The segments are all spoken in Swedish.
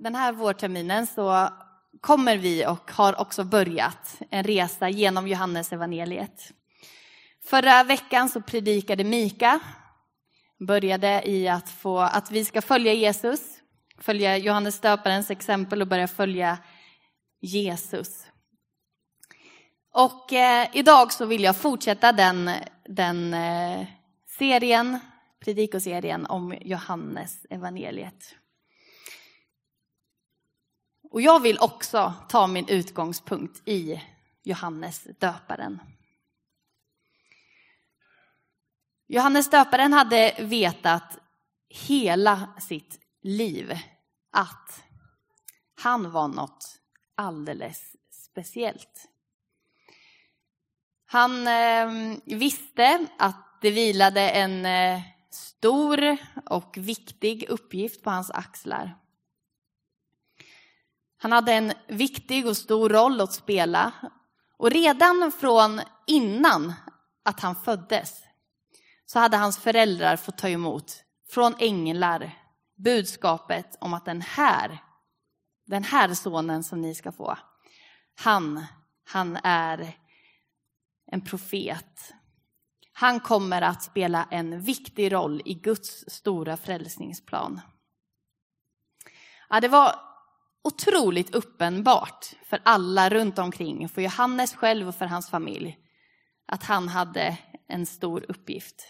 den här vårterminen så kommer vi och har också börjat en resa genom Johannes evangeliet. Förra veckan så predikade Mika, började i att vi ska följa Jesus, följa Johannes döparens exempel och börja följa Jesus. Och idag så vill jag fortsätta den serien, predikoserien om Johannes evangeliet. Och jag vill också ta min utgångspunkt i Johannes döparen. Johannes döparen hade vetat hela sitt liv att han var något alldeles speciellt. Han visste att det vilade en stor och viktig uppgift på hans axlar. Han hade en viktig och stor roll att spela. Och redan från innan att han föddes så hade hans föräldrar fått ta emot från änglar budskapet om att den här sonen som ni ska få, han är en profet. Han kommer att spela en viktig roll i Guds stora frälsningsplan. Ja, det var otroligt uppenbart för alla runt omkring, för Johannes själv och för hans familj, att han hade en stor uppgift.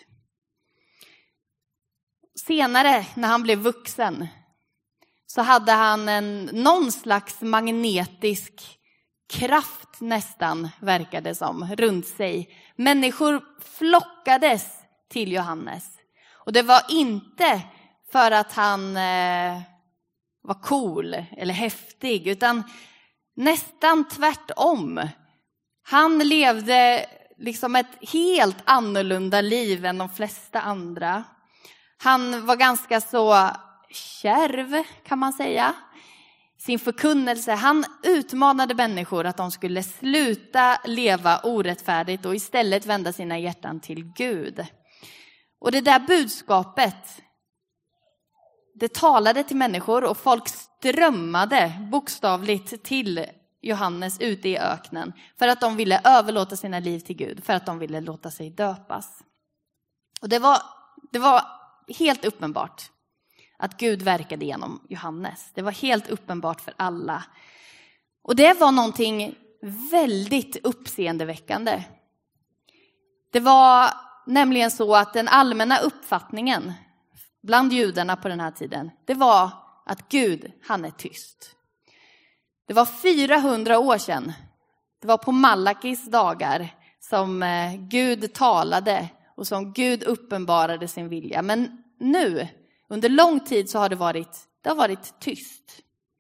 Senare när han blev vuxen så hade han någon slags magnetisk kraft nästan, verkade som, runt sig. Människor flockades till Johannes. Och det var inte för att han var cool eller häftig, utan nästan tvärtom. Han levde liksom ett helt annorlunda liv än de flesta andra. Han var ganska så kärv, kan man säga. Sin förkunnelse, han utmanade människor att de skulle sluta leva orättfärdigt och istället vända sina hjärtan till Gud. Och det där budskapet, det talade till människor och folk strömmade bokstavligt till Johannes ute i öknen för att de ville överlåta sina liv till Gud, för att de ville låta sig döpas. Och det var helt uppenbart att Gud verkade genom Johannes. Det var helt uppenbart för alla. Och det var någonting väldigt uppseendeväckande. Det var nämligen så att den allmänna uppfattningen bland judarna på den här tiden, det var att Gud, han är tyst. Det var 400 år sedan, det var på Malakis dagar som Gud talade och som Gud uppenbarade sin vilja. Men nu, under lång tid så har det varit tyst.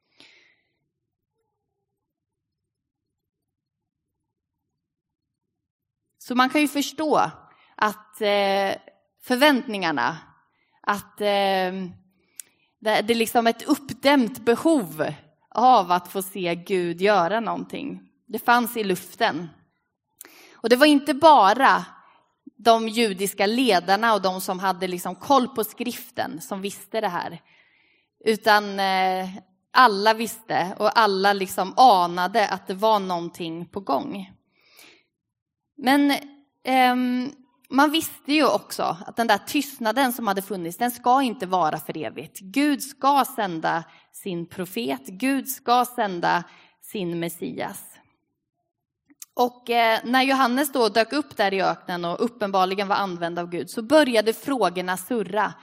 Så man kan ju förstå att förväntningarna, att det är liksom ett uppdämt behov av att få se Gud göra någonting. Det fanns i luften. Och det var inte bara de judiska ledarna och de som hade liksom koll på skriften som visste det här. Utan alla visste och alla liksom anade att det var någonting på gång. Men man visste ju också att den där tystnaden som hade funnits, den ska inte vara för evigt. Gud ska sända sin profet, Gud ska sända sin Messias. Och när Johannes då dök upp där i öknen och uppenbarligen var använd av Gud, så började frågorna surra.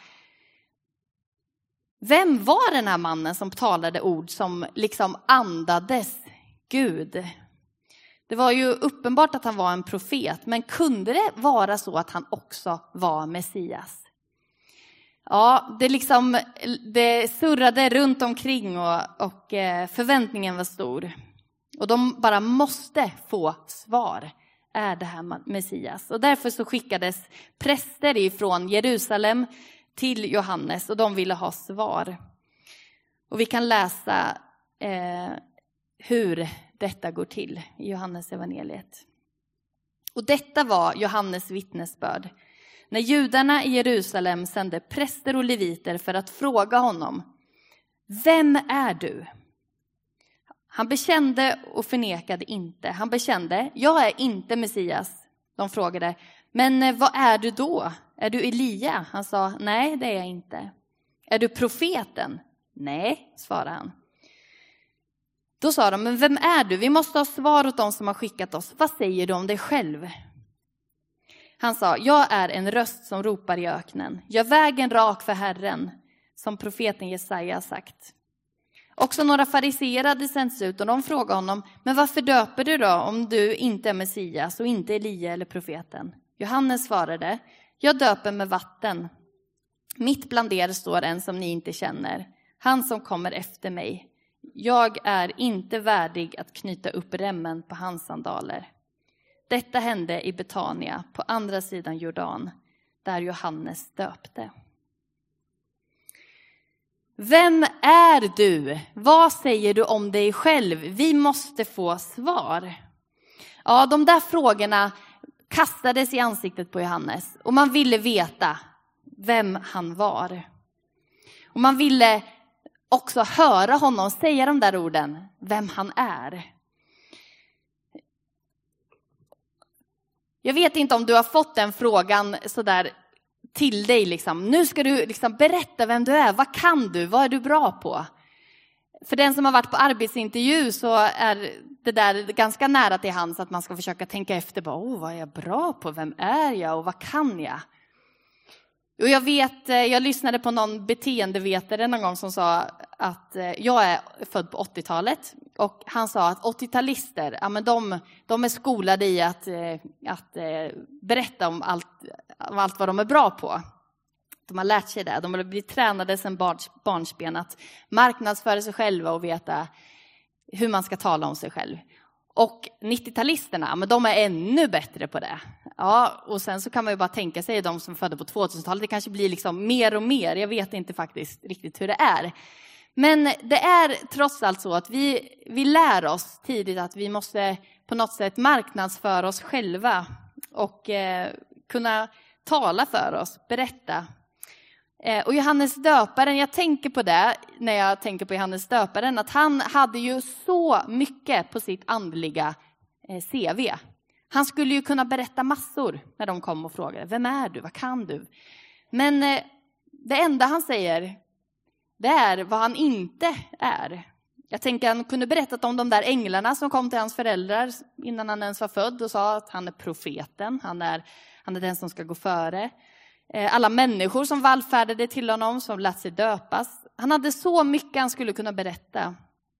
Vem var den här mannen som talade ord som liksom andades Gud? Det var ju uppenbart att han var en profet, men kunde det vara så att han också var Messias? Ja, det surrade runt omkring och förväntningen var stor. Och de bara måste få svar. Är det här Messias? Och därför så skickades präster ifrån Jerusalem till Johannes och de ville ha svar. Och vi kan läsa hur detta går till i Johannes evangeliet. Och detta var Johannes vittnesbörd. När judarna i Jerusalem sände präster och leviter för att fråga honom: Vem är du? Han bekände och förnekade inte. Han bekände, jag är inte Messias. De frågade, men vad är du då? Är du Elia? Han sa, nej det är jag inte. Är du profeten? Nej, svarade han. Då sa de, men vem är du? Vi måste ha svar åt de som har skickat oss. Vad säger du om dig själv? Han sa, jag är en röst som ropar i öknen. Gör vägen rak för Herren, som profeten Jesaja har sagt. Också några fariseer hade sänts ut och de frågade honom, men varför döper du då om du inte är Messias och inte Elia eller profeten? Johannes svarade, jag döper med vatten. Mitt bland er står en som ni inte känner, han som kommer efter mig. Jag är inte värdig att knyta upp remmen på hans sandaler. Detta hände i Betania på andra sidan Jordan, där Johannes döpte. Vem är du? Vad säger du om dig själv? Vi måste få svar. Ja, de där frågorna kastades i ansiktet på Johannes. Och man ville veta vem han var. Och man ville också höra honom säga de där orden. Vem han är. Jag vet inte om du har fått den frågan så där till dig. Liksom. Nu ska du liksom berätta vem du är. Vad kan du? Vad är du bra på? För den som har varit på arbetsintervju så är det där ganska nära till hands att man ska försöka tänka efter. Vad är jag bra på? Vem är jag och vad kan jag? Och jag lyssnade på någon beteendevetare någon gång som sa att jag är född på 80-talet. Och han sa att 80-talister, ja, men de är skolade i att berätta om allt vad de är bra på. De har lärt sig det. De har blivit tränade sedan barnsben att marknadsföra sig själva och veta hur man ska tala om sig själv. Och 90-talisterna, men de är ännu bättre på det. Ja, och sen så kan man ju bara tänka sig de som födde på 2000-talet. Det kanske blir liksom mer och mer. Jag vet inte faktiskt riktigt hur det är. Men det är trots allt så att vi lär oss tidigt att vi måste på något sätt marknadsföra oss själva. Och kunna tala för oss, berätta. Och Johannes döparen, jag tänker på det när jag tänker på Johannes döparen. Att han hade ju så mycket på sitt andliga CV. Han skulle ju kunna berätta massor när de kom och frågade. Vem är du? Vad kan du? Men det enda han säger, det är vad han inte är. Jag tänker han kunde berättat om de där änglarna som kom till hans föräldrar innan han ens var född. Och sa att han är profeten. Han är den som ska gå före. Alla människor som vallfärdade till honom, som lät sig döpas. Han hade så mycket han skulle kunna berätta.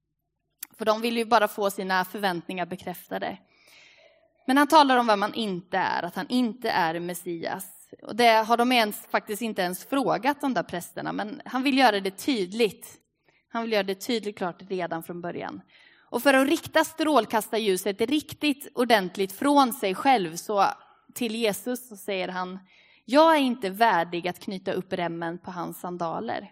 För de ville ju bara få sina förväntningar bekräftade. Men han talar om vad man inte är, att han inte är Messias. Och det har de faktiskt inte ens frågat de där prästerna, men han vill göra det tydligt. Han vill göra det tydligt klart redan från början. Och för att rikta strålkastarljuset riktigt ordentligt från sig själv så till Jesus så säger han, jag är inte värdig att knyta upp remmen på hans sandaler.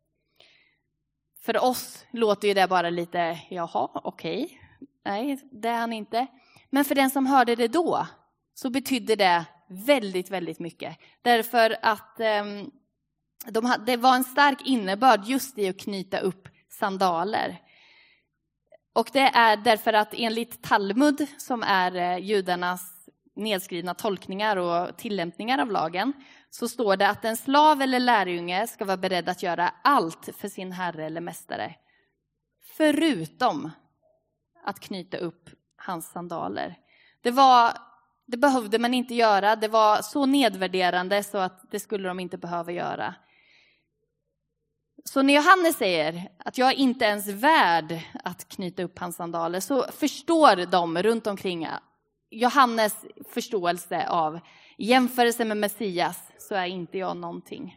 För oss låter ju det bara lite, jaha, okej. Nej, det är han inte. Men för den som hörde det då så betydde det väldigt, väldigt mycket. Därför att det var en stark innebörd just i att knyta upp sandaler. Och det är därför att enligt Talmud, som är judarnas nedskrivna tolkningar och tillämpningar av lagen, så står det att en slav eller lärjunge ska vara beredd att göra allt för sin herre eller mästare. Förutom att knyta upp hans sandaler. Det behövde man inte göra. Det var så nedvärderande så att det skulle de inte behöva göra. Så när Johannes säger att jag är inte ens värd att knyta upp hans sandaler, så förstår de runt omkring Johannes förståelse av jämförelse med Messias, så är inte jag någonting.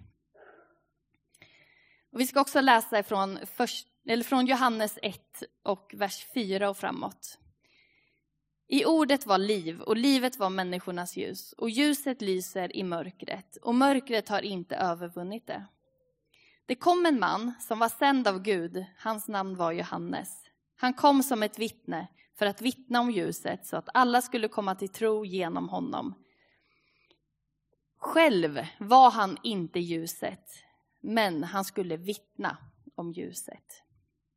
Och vi ska också läsa från Johannes 1 och vers 4 och framåt. I ordet var liv, och livet var människornas ljus, och ljuset lyser i mörkret, och mörkret har inte övervunnit det. Det kom en man som var sänd av Gud, hans namn var Johannes. Han kom som ett vittne för att vittna om ljuset, så att alla skulle komma till tro genom honom. Själv var han inte ljuset, men han skulle vittna om ljuset.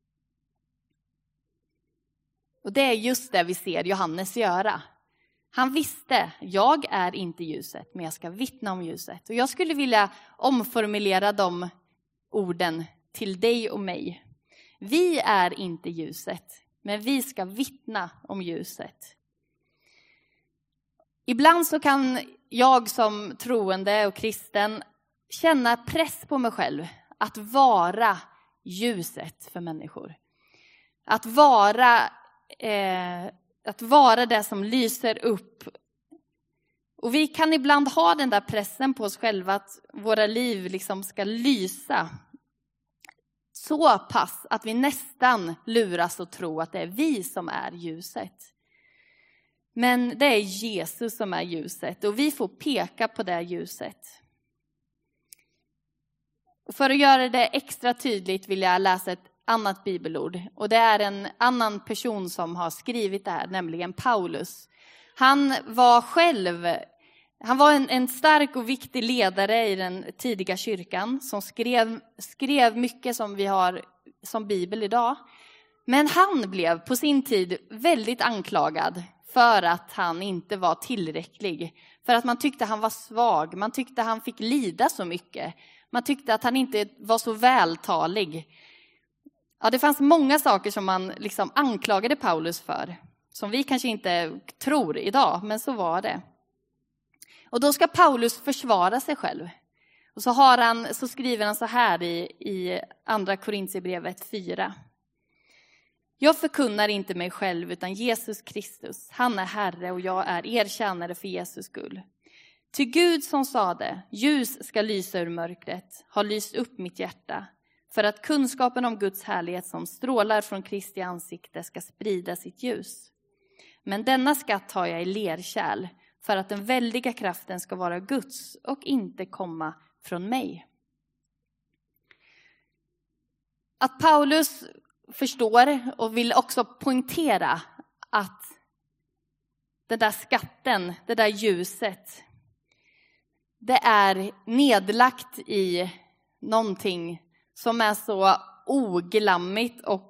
Och det är just det vi ser Johannes göra. Han visste, jag är inte ljuset, men jag ska vittna om ljuset. Och jag skulle vilja omformulera de orden till dig och mig. Vi är inte ljuset, men vi ska vittna om ljuset. Ibland så kan jag som troende och kristen känna press på mig själv att vara ljuset för människor. Att vara det som lyser upp. Och vi kan ibland ha den där pressen på oss själva att våra liv liksom ska lysa. Så pass att vi nästan luras att tro att det är vi som är ljuset. Men det är Jesus som är ljuset och vi får peka på det ljuset. Och för att göra det extra tydligt vill jag läsa ett annat bibelord. Och det är en annan person som har skrivit det här, nämligen Paulus. Han var en stark och viktig ledare i den tidiga kyrkan som skrev mycket som vi har som bibel idag. Men han blev på sin tid väldigt anklagad för att han inte var tillräcklig. För att man tyckte han var svag, man tyckte han fick lida så mycket. Man tyckte att han inte var så vältalig. Ja, det fanns många saker som man liksom anklagade Paulus för. Som vi kanske inte tror idag, men så var det. Och då ska Paulus försvara sig själv. Och så skriver han så här i andra Korinthierbrevet 4. Jag förkunnar inte mig själv utan Jesus Kristus. Han är Herre och jag är er tjänare för Jesus skull. Till Gud som sade, ljus ska lysa ur mörkret, har lyst upp mitt hjärta. För att kunskapen om Guds härlighet som strålar från Kristi ansikte ska sprida sitt ljus. Men denna skatt har jag i lerkärl för att den väldiga kraften ska vara Guds och inte komma från mig. Att Paulus förstår och vill också poängtera att den där skatten, det där ljuset, det är nedlagt i någonting som är så oglammigt och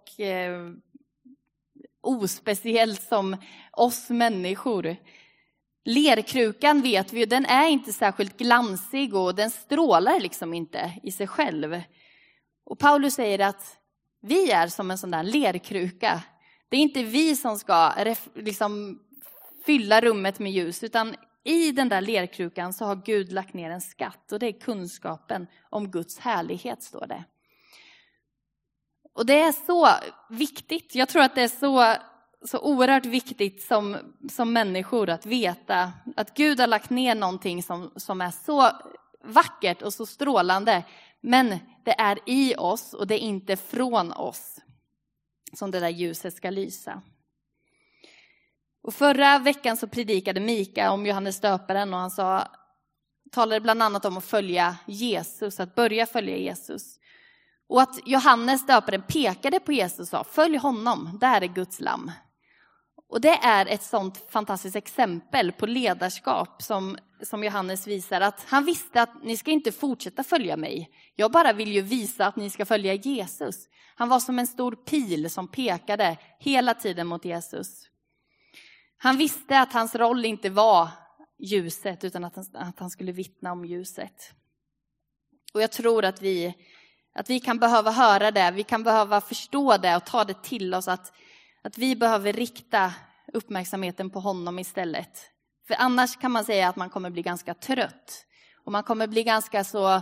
ospeciellt som oss människor. Lerkrukan vet vi ju, den är inte särskilt glansig och den strålar liksom inte i sig själv. Och Paulus säger att vi är som en sån där lerkruka. Det är inte vi som ska liksom fylla rummet med ljus, utan i den där lerkrukan så har Gud lagt ner en skatt och det är kunskapen om Guds härlighet, står det. Och det är så viktigt. Jag tror att det är så oerhört viktigt som människor att veta att Gud har lagt ner någonting som är så vackert och så strålande. Men det är i oss och det är inte från oss som det där ljuset ska lysa. Och förra veckan så predikade Mika om Johannes döparen och han talade bland annat om att följa Jesus, att börja följa Jesus. Och att Johannes döparen pekade på Jesus och sa, följ honom, där är Guds lamm. Och det är ett sånt fantastiskt exempel på ledarskap som Johannes visar. Att han visste att ni ska inte fortsätta följa mig. Jag bara vill ju visa att ni ska följa Jesus. Han var som en stor pil som pekade hela tiden mot Jesus. Han visste att hans roll inte var ljuset utan att han skulle vittna om ljuset. Och jag tror att vi kan behöva höra det. Vi kan behöva förstå det och ta det till oss att vi behöver rikta uppmärksamheten på honom istället. För annars kan man säga att man kommer bli ganska trött. Och man kommer bli ganska så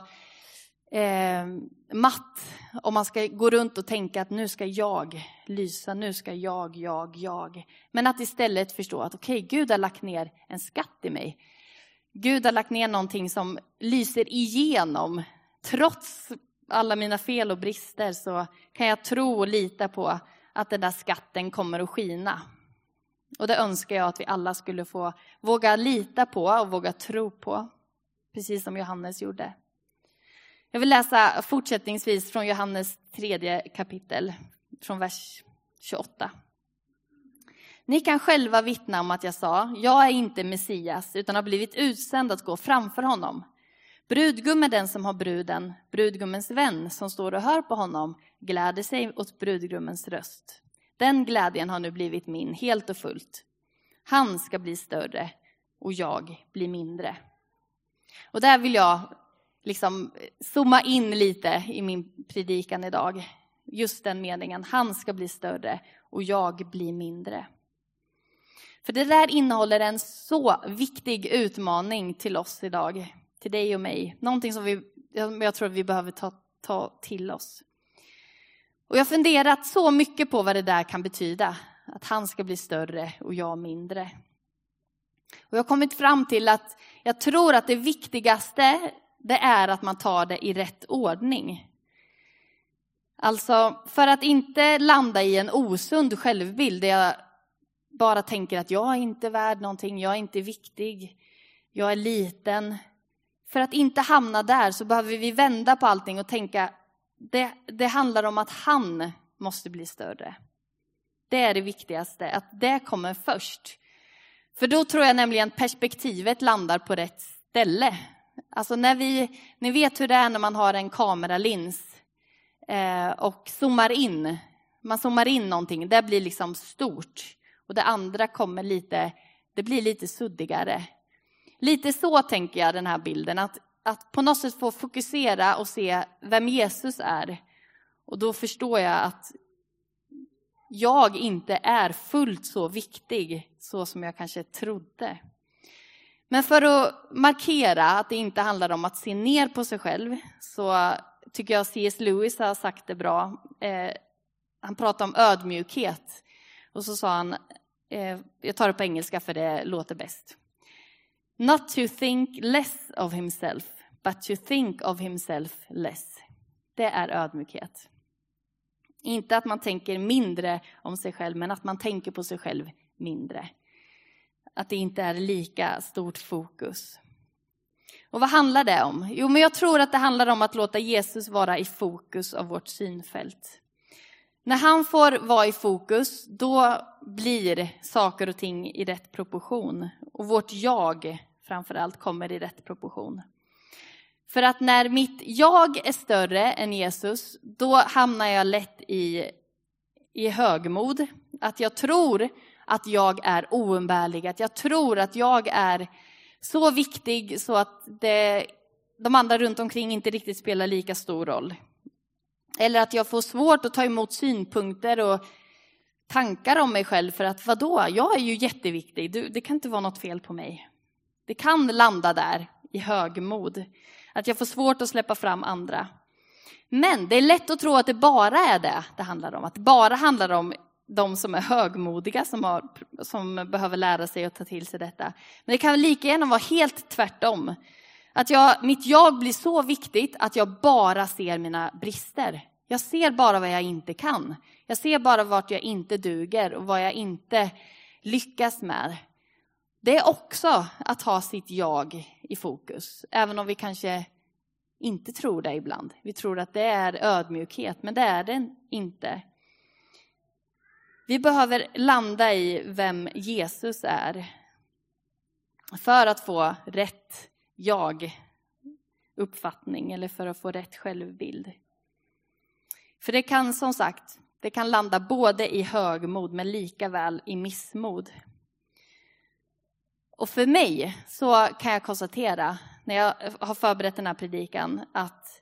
matt. Om man ska gå runt och tänka att nu ska jag lysa, nu ska jag. Men att istället förstå att okej, Gud har lagt ner en skatt i mig. Gud har lagt ner någonting som lyser igenom. Trots alla mina fel och brister så kan jag tro och lita på att den där skatten kommer att skina. Och det önskar jag att vi alla skulle få våga lita på och våga tro på. Precis som Johannes gjorde. Jag vill läsa fortsättningsvis från Johannes 3 kapitel. Från vers 28. Ni kan själva vittna om att jag sa, jag är inte Messias utan har blivit utsänd att gå framför honom. Brudgum är den som har bruden, brudgummens vän som står och hör på honom, gläder sig åt brudgummens röst. Den glädjen har nu blivit min helt och fullt. Han ska bli större och jag blir mindre. Och där vill jag liksom zooma in lite i min predikan idag. Just den meningen, han ska bli större och jag blir mindre. För det där innehåller en så viktig utmaning till oss idag. Till dig och mig. Någonting som jag tror att vi behöver ta till oss. Och jag har funderat så mycket på vad det där kan betyda. Att han ska bli större och jag mindre. Och jag har kommit fram till att jag tror att det viktigaste det är att man tar det i rätt ordning. Alltså för att inte landa i en osund självbild. Där jag bara tänker att jag är inte värd någonting. Jag är inte viktig. Jag är liten. För att inte hamna där så behöver vi vända på allting och tänka. Det handlar om att han måste bli större. Det är det viktigaste. Att det kommer först. För då tror jag nämligen perspektivet landar på rätt ställe. Alltså ni vet hur det är när man har en kameralins. Och zoomar in. Man zoomar in någonting. Det blir liksom stort. Och det andra kommer det blir lite suddigare. Lite så tänker jag den här bilden. Att på något sätt få fokusera och se vem Jesus är. Och då förstår jag att jag inte är fullt så viktig så som jag kanske trodde. Men för att markera att det inte handlar om att se ner på sig själv så tycker jag C.S. Lewis har sagt det bra. Han pratar om ödmjukhet. Och så sa han, jag tar det på engelska för det låter bäst. Not to think less of himself, but to think of himself less. Det är ödmjukhet. Inte att man tänker mindre om sig själv, men att man tänker på sig själv mindre. Att det inte är lika stort fokus. Och vad handlar det om? Jo, men jag tror att det handlar om att låta Jesus vara i fokus av vårt synfält. När han får vara i fokus, då blir saker och ting i rätt proportion. Och vårt jag framförallt kommer i rätt proportion. För att när mitt jag är större än Jesus, då hamnar jag lätt i högmod. Att jag tror att jag är oumbärlig. Att jag tror att jag är så viktig så att de andra runt omkring inte riktigt spelar lika stor roll. Eller att jag får svårt att ta emot synpunkter och tankar om mig själv. För att vadå? Jag är ju jätteviktig. Det kan inte vara något fel på mig. Det kan landa där i högmod. Att jag får svårt att släppa fram andra. Men det är lätt att tro att det bara är det handlar om. Att det bara handlar om de som är högmodiga som behöver lära sig att ta till sig detta. Men det kan lika gärna vara helt tvärtom. Att mitt jag blir så viktigt att jag bara ser mina brister. Jag ser bara vad jag inte kan. Jag ser bara vart jag inte duger och vad jag inte lyckas med. Det är också att ha sitt jag i fokus. Även om vi kanske inte tror det ibland. Vi tror att det är ödmjukhet, men det är det inte. Vi behöver landa i vem Jesus är. För att få rätt jag-uppfattning eller för att få rätt självbild. För det kan som sagt, det kan landa både i högmod men lika väl i missmod. Och för mig så kan jag konstatera när jag har förberett den här predikan att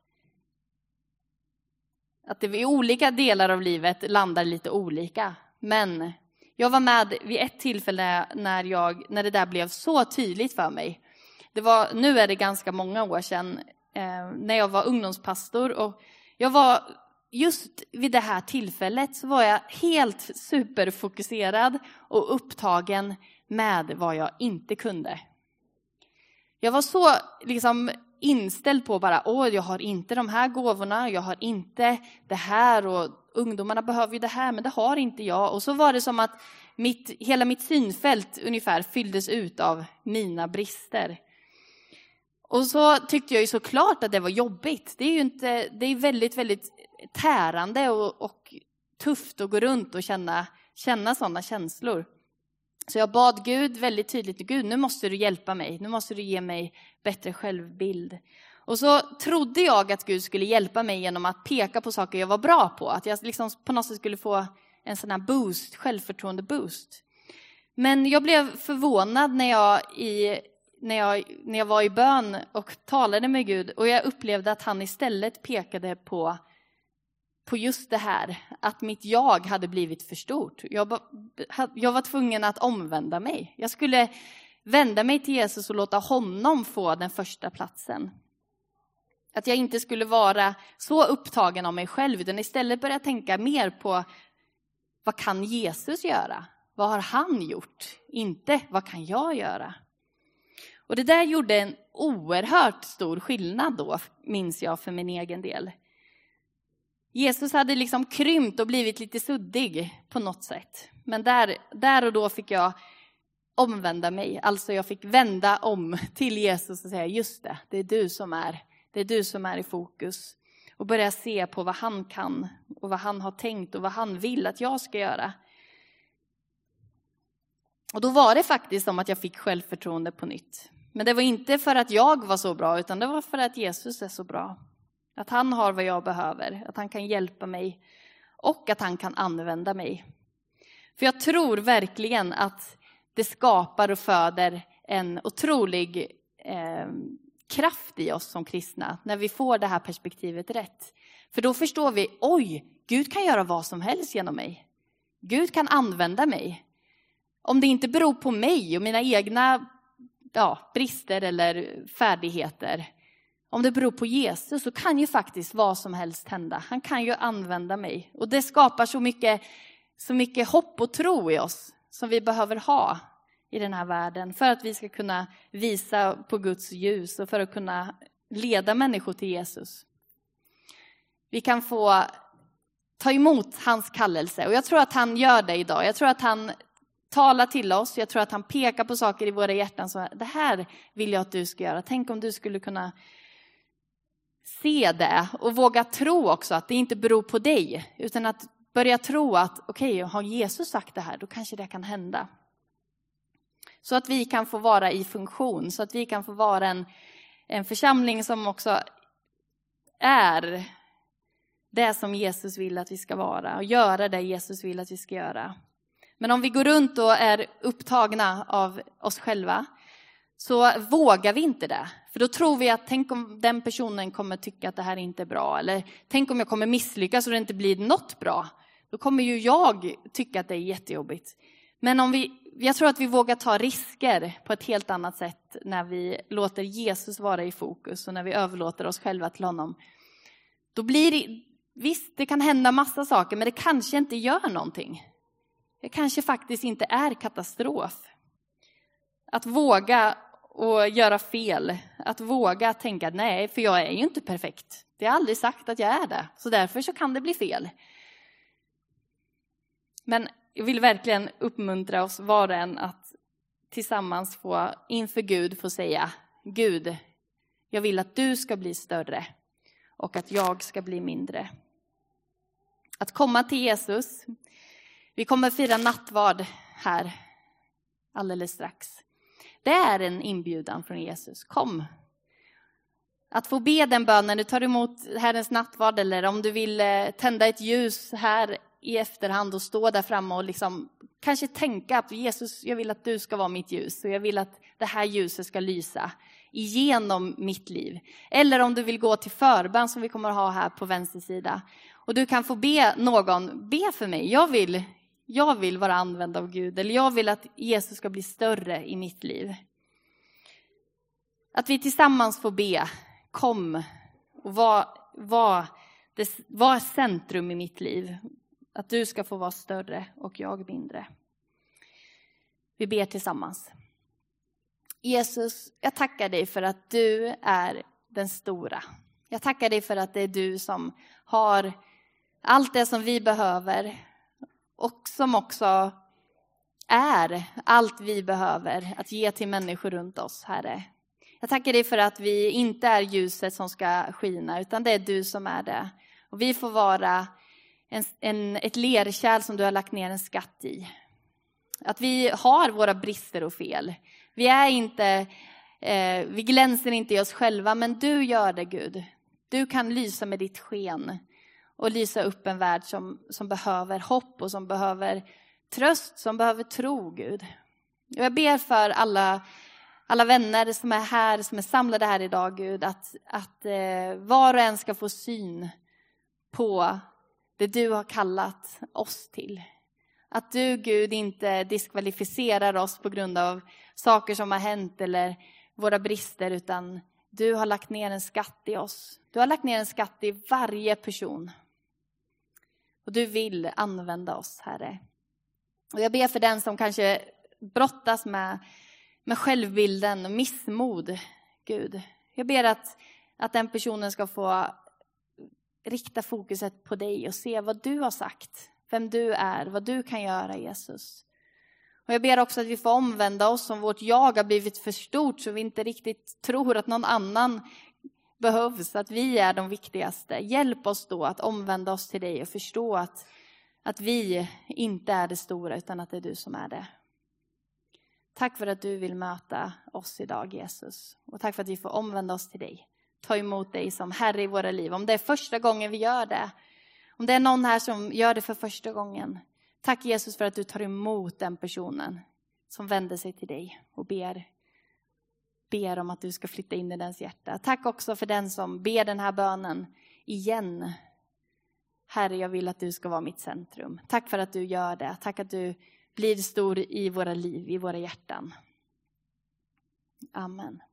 det i olika delar av livet landar lite olika. Men jag var med vid ett tillfälle när det där blev så tydligt för mig. Nu är det ganska många år sedan när jag var ungdomspastor. Och jag var just vid det här tillfället så var jag helt superfokuserad och upptagen med vad jag inte kunde. Jag var så inställd på bara, jag har inte de här gåvorna, jag har inte det här och ungdomarna behöver ju det här men det har inte jag. Och så var det som att hela mitt synfält ungefär fylldes ut av mina brister. Och så tyckte jag ju såklart att det var jobbigt. Det är väldigt, väldigt tärande och tufft att gå runt och känna sådana känslor. Så jag bad Gud väldigt tydligt, Gud nu måste du hjälpa mig, nu måste du ge mig bättre självbild. Och så trodde jag att Gud skulle hjälpa mig genom att peka på saker jag var bra på. Att jag liksom på något sätt skulle få en sån här boost, självförtroende boost. Men jag blev förvånad när jag var i bön och talade med Gud. Och jag upplevde att han istället pekade på just det här. Att mitt jag hade blivit för stort. Jag var tvungen att omvända mig. Jag skulle vända mig till Jesus och låta honom få den första platsen. Att jag inte skulle vara så upptagen av mig själv. Utan istället börja tänka mer på vad kan Jesus göra? Vad har han gjort? Inte vad kan jag göra? Och det där gjorde en oerhört stor skillnad då, minns jag för min egen del. Jesus hade liksom krympt och blivit lite suddig på något sätt. Men där och då fick jag omvända mig. Alltså jag fick vända om till Jesus och säga just det är du som är i fokus. Och börja se på vad han kan och vad han har tänkt och vad han vill att jag ska göra. Och då var det faktiskt som att jag fick självförtroende på nytt. Men det var inte för att jag var så bra, utan det var för att Jesus är så bra. Att han har vad jag behöver, att han kan hjälpa mig och att han kan använda mig. För jag tror verkligen att det skapar och föder en otrolig kraft i oss som kristna när vi får det här perspektivet rätt. För då förstår vi, Gud kan göra vad som helst genom mig. Gud kan använda mig. Om det inte beror på mig och mina egna brister eller färdigheter. Om det beror på Jesus så kan ju faktiskt vad som helst hända. Han kan ju använda mig. Och det skapar så mycket hopp och tro i oss som vi behöver ha i den här världen. För att vi ska kunna visa på Guds ljus och för att kunna leda människor till Jesus. Vi kan få ta emot hans kallelse. Och jag tror att han gör det idag. Jag tror att han talar till oss. Jag tror att han pekar på saker i våra hjärtan. Så det här vill jag att du ska göra. Tänk om du skulle kunna se det. Och våga tro också att det inte beror på dig. Utan att börja tro att har Jesus sagt det här, då kanske det kan hända. Så att vi kan få vara i funktion. Så att vi kan få vara en församling som också är det som Jesus vill att vi ska vara. Och göra det Jesus vill att vi ska göra. Men om vi går runt och är upptagna av oss själva så vågar vi inte det. För då tror vi att tänk om den personen kommer tycka att det här inte är bra. Eller tänk om jag kommer misslyckas och det inte blir något bra. Då kommer ju jag tycka att det är jättejobbigt. Men jag tror att vi vågar ta risker på ett helt annat sätt när vi låter Jesus vara i fokus. Och när vi överlåter oss själva till honom. Då blir det, visst det kan hända massa saker men det kanske inte gör någonting. Det kanske faktiskt inte är katastrof. Att våga och göra fel. Att våga tänka nej, för jag är ju inte perfekt. Det har aldrig sagt att jag är det. Så därför så kan det bli fel. Men jag vill verkligen uppmuntra oss var och en att tillsammans få inför Gud få säga Gud, jag vill att du ska bli större och att jag ska bli mindre. Att komma till Jesus. Vi kommer fira nattvard här alldeles strax. Det är en inbjudan från Jesus. Kom. Att få be den bönen, du tar emot Herrens nattvard eller om du vill tända ett ljus här i efterhand och stå där framme och liksom kanske tänka att Jesus, jag vill att du ska vara mitt ljus och jag vill att det här ljuset ska lysa igenom mitt liv. Eller om du vill gå till förbön som vi kommer att ha här på vänster sida och du kan få be någon, be för mig, jag vill vara använd av Gud eller jag vill att Jesus ska bli större i mitt liv. Att vi tillsammans får be, kom och var centrum i mitt liv. Att du ska få vara större och jag mindre. Vi ber tillsammans. Jesus, jag tackar dig för att du är den stora. Jag tackar dig för att det är du som har allt det som vi behöver. Och som också är allt vi behöver att ge till människor runt oss, Herre. Jag tackar dig för att vi inte är ljuset som ska skina utan det är du som är det. Och vi får vara ett lerkärl som du har lagt ner en skatt i. Att vi har våra brister och fel. Vi är inte Vi glänser inte i oss själva, men du gör det, Gud. Du kan lysa med ditt sken och lysa upp en värld som behöver hopp och som behöver tröst, som behöver tro, Gud. Och jag ber för alla vänner som är här, som är samlade här idag, Gud, att var och en ska få syn på det du har kallat oss till. Att du, Gud, inte diskvalificerar oss på grund av saker som har hänt eller våra brister, utan du har lagt ner en skatt i oss. Du har lagt ner en skatt i varje person. Och du vill använda oss, Herre. Och jag ber för den som kanske brottas med självbilden och missmod, Gud. Jag ber att den personen ska få rikta fokuset på dig och se vad du har sagt. Vem du är, vad du kan göra, Jesus. Och jag ber också att vi får omvända oss om vårt jag har blivit för stort, så vi inte riktigt tror att någon annan behövs, att vi är de viktigaste. Hjälp oss då att omvända oss till dig och förstå att vi inte är det stora, utan att det är du som är det. Tack för att du vill möta oss idag, Jesus. Och tack för att vi får omvända oss till dig. Ta emot dig som Herre i våra liv. Om det är första gången vi gör det. Om det är någon här som gör det för första gången. Tack, Jesus, för att du tar emot den personen som vänder sig till dig och ber om att du ska flytta in i dens hjärta. Tack också för den som ber den här bönen igen. Herre, jag vill att du ska vara mitt centrum. Tack för att du gör det. Tack att du blir stor i våra liv, i våra hjärtan. Amen.